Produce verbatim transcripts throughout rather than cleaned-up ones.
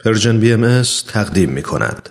پرژن بی ام اس تقدیم می کند.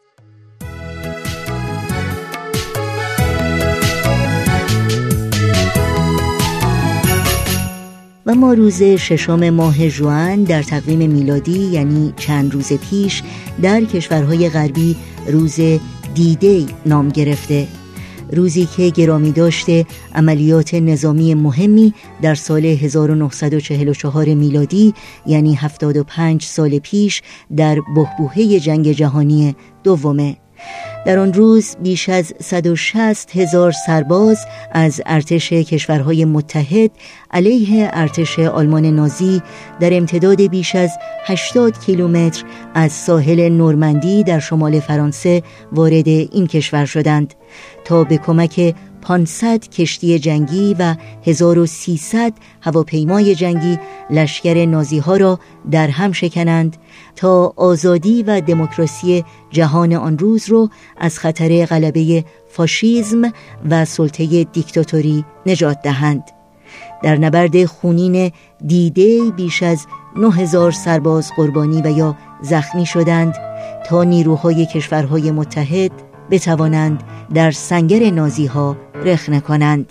و ما روز ششم ماه ژوئن در تقویم میلادی، یعنی چند روز پیش، در کشورهای غربی روز دی-دی نام گرفته، روزی که گرامی داشته عملیات نظامی مهمی در سال هزار و نهصد و چهل و چهار میلادی، یعنی هفتاد و پنج سال پیش، در بحبوحه جنگ جهانی دومه. در آن روز بیش از صد و شصت هزار سرباز از ارتش کشورهای متحد علیه ارتش آلمان نازی در امتداد بیش از هشتاد کیلومتر از ساحل نورمندی در شمال فرانسه وارد این کشور شدند تا به کمک پانصد کشتی جنگی و هزار و سیصد هواپیمای جنگی لشکر نازی ها را در هم شکنند تا آزادی و دموکراسی جهان آن روز رو از خطر غلبه فاشیسم و سلطه دیکتاتوری نجات دهند. در نبرد خونین دی-دی بیش از نه هزار سرباز قربانی و یا زخمی شدند تا نیروهای کشورهای متحد بتوانند در سنگر نازی ها رخنه کنند.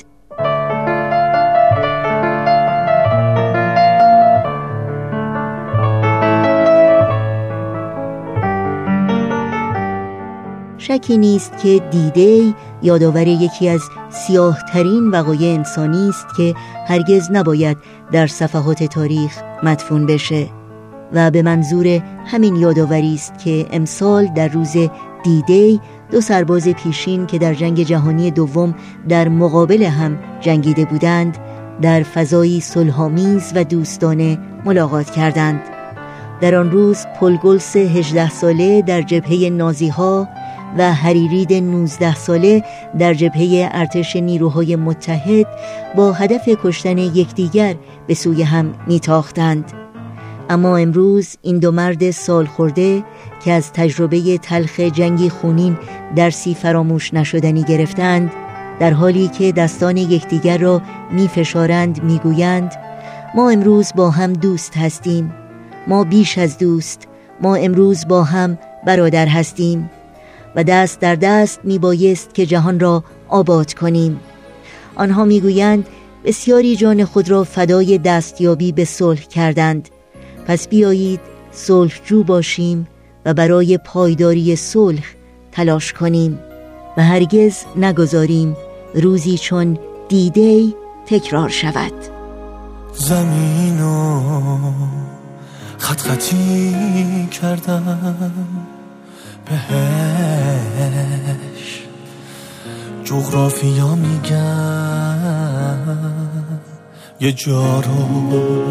شکی نیست که دی-دی یادآور یکی از سیاه ترین وقایع انسانی است که هرگز نباید در صفحات تاریخ مدفون بشه و به منظور همین یادآوری است که امسال در روز دی-دی دو سرباز پیشین که در جنگ جهانی دوم در مقابل هم جنگیده بودند در فضایی صلح‌آمیز و دوستانه ملاقات کردند. در آن روز پل گلس هجده ساله در جبهه نازی‌ها و هریرید نوزده ساله در جبهه ارتش نیروهای متحد با هدف کشتن یکدیگر به سوی هم میتاختند. اما امروز این دو مرد سال خورده که از تجربه تلخ جنگی خونین درسی فراموش نشدنی گرفتند، در حالی که دستان یکدیگر را میفشارند میگویند ما امروز با هم دوست هستیم، ما بیش از دوست، ما امروز با هم برادر هستیم و دست در دست میبایست که جهان را آباد کنیم. آنها میگویند بسیاری جان خود را فدای دستیابی به صلح کردند، پس بیایید صلحجو باشیم و برای پایداری صلح تلاش کنیم و هرگز نگذاریم روزی چون دی-دی تکرار شود. زمینو خط خطی کردم بهش، جغرافیا میگن یه جا رو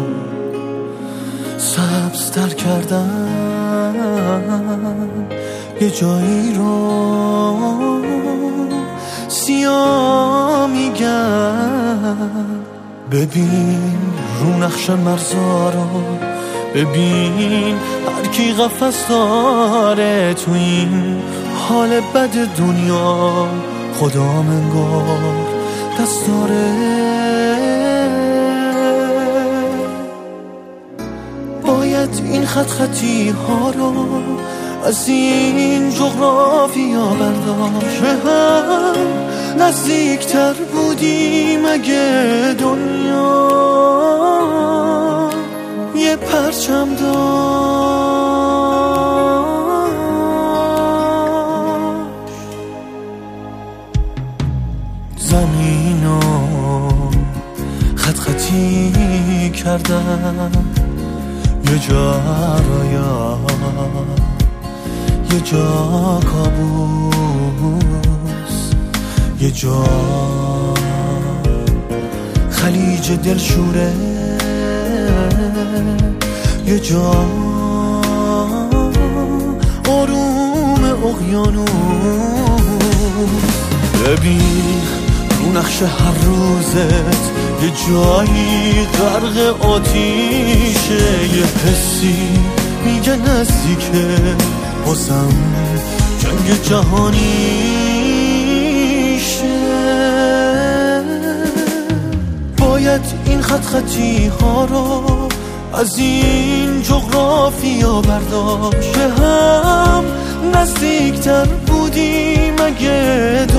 سبزتر کردن، یه جایی رو سیاه میگن. ببین رو نقش مرزا رو، ببین هر کی قفس داره تو این حال بد دنیا، خدا منگار دست داره. باید این خط خطی ها رو از این جغرافیا برداشت، به هم نزدیکتر بودیم اگه دنیا یه پرچم داشت. زمینو خط خطی کردم، یه جا رویا، یه جا کابوس، یه جا خلیج دلشوره، یه جا آروم اقیانوس. ببین رو نقش هر روزت یه جایی غرق آتیشه، یه حسی میگه نزدیکه بازم جنگ جهانیشه. باید این خط خطی ها رو از این جغرافیا برداشت، به هم نزدیکتر بودیم اگه